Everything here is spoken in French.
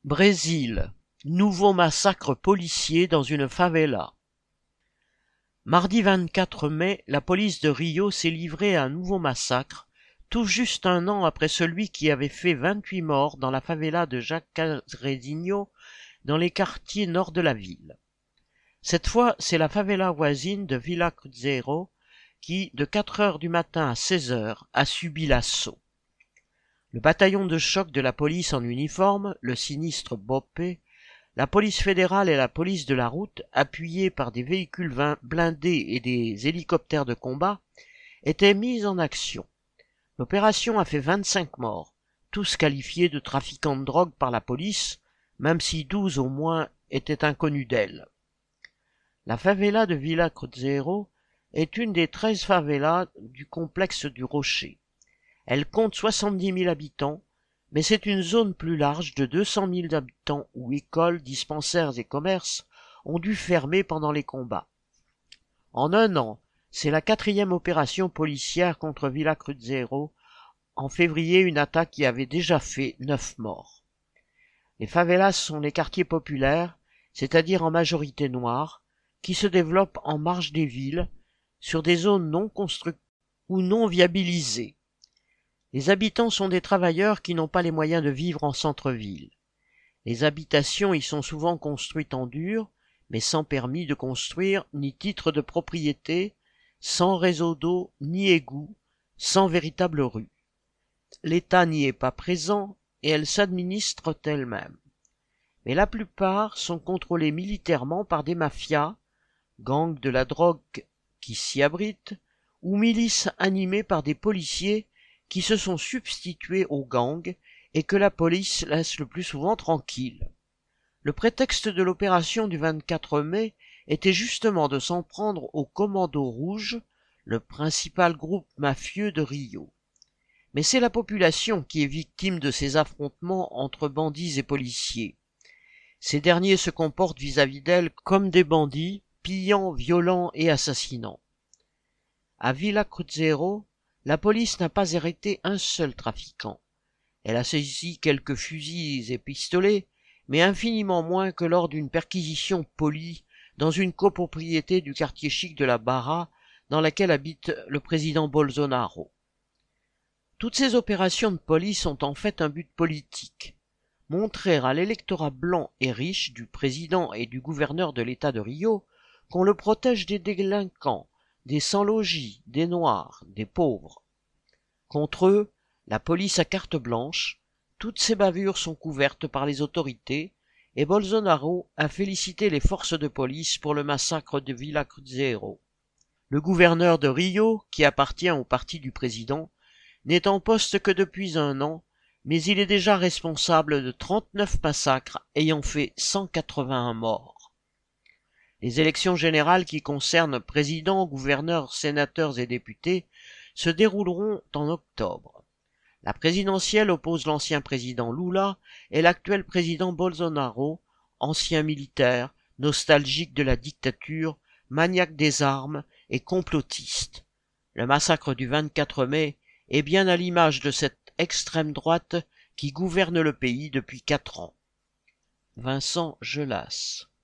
Brésil. Nouveau massacre policier dans une favela. Mardi 24 mai, la police de Rio s'est livrée à un nouveau massacre, tout juste un an après celui qui avait fait 28 morts dans la favela de Jacarezinho, dans les quartiers nord de la ville. Cette fois, c'est la favela voisine de Vila Cruzeiro qui, de 4 heures du matin à 16 heures, a subi l'assaut. Le bataillon de choc de la police en uniforme, le sinistre BOPE, la police fédérale et la police de la route, appuyés par des véhicules blindés et des hélicoptères de combat, étaient mis en action. L'opération a fait 25 morts, tous qualifiés de trafiquants de drogue par la police, même si 12 au moins étaient inconnus d'elle. La favela de Vila Cruzeiro est une des 13 favelas du complexe du Rocher. Elle compte 70 000 habitants, mais c'est une zone plus large de 200 000 habitants où écoles, dispensaires et commerces ont dû fermer pendant les combats. En un an, c'est la 4e opération policière contre Vila Cruzeiro. En février, une attaque qui avait déjà fait 9 morts. Les favelas sont les quartiers populaires, c'est-à-dire en majorité noirs, qui se développent en marge des villes, sur des zones non construites ou non viabilisées. Les habitants sont des travailleurs qui n'ont pas les moyens de vivre en centre-ville. Les habitations y sont souvent construites en dur, mais sans permis de construire ni titre de propriété, sans réseau d'eau ni égout, sans véritable rue. L'État n'y est pas présent et elles s'administrent elles-mêmes. Mais la plupart sont contrôlées militairement par des mafias, gangs de la drogue qui s'y abritent, ou milices animées par des policiers qui se sont substitués aux gangs et que la police laisse le plus souvent tranquilles. Le prétexte de l'opération du 24 mai était justement de s'en prendre au Commando Rouge, le principal groupe mafieux de Rio. Mais c'est la population qui est victime de ces affrontements entre bandits et policiers. Ces derniers se comportent vis-à-vis d'elle comme des bandits, pillant, violents et assassinant. À Vila Cruzeiro, la police n'a pas arrêté un seul trafiquant. Elle a saisi quelques fusils et pistolets, mais infiniment moins que lors d'une perquisition polie dans une copropriété du quartier chic de la Barra, dans laquelle habite le président Bolsonaro. Toutes ces opérations de police ont en fait un but politique. Montrer à l'électorat blanc et riche du président et du gouverneur de l'État de Rio qu'on le protège des délinquants, des sans-logis, des noirs, des pauvres. Contre eux, la police a carte blanche, toutes ces bavures sont couvertes par les autorités, et Bolsonaro a félicité les forces de police pour le massacre de Vila Cruzeiro. Le gouverneur de Rio, qui appartient au parti du président, n'est en poste que depuis un an, mais il est déjà responsable de 39 massacres ayant fait 181 morts. Les élections générales qui concernent présidents, gouverneurs, sénateurs et députés se dérouleront en octobre. La présidentielle oppose l'ancien président Lula et l'actuel président Bolsonaro, ancien militaire, nostalgique de la dictature, maniaque des armes et complotiste. Le massacre du 24 mai est bien à l'image de cette extrême droite qui gouverne le pays depuis 4 ans. Vincent Gelas.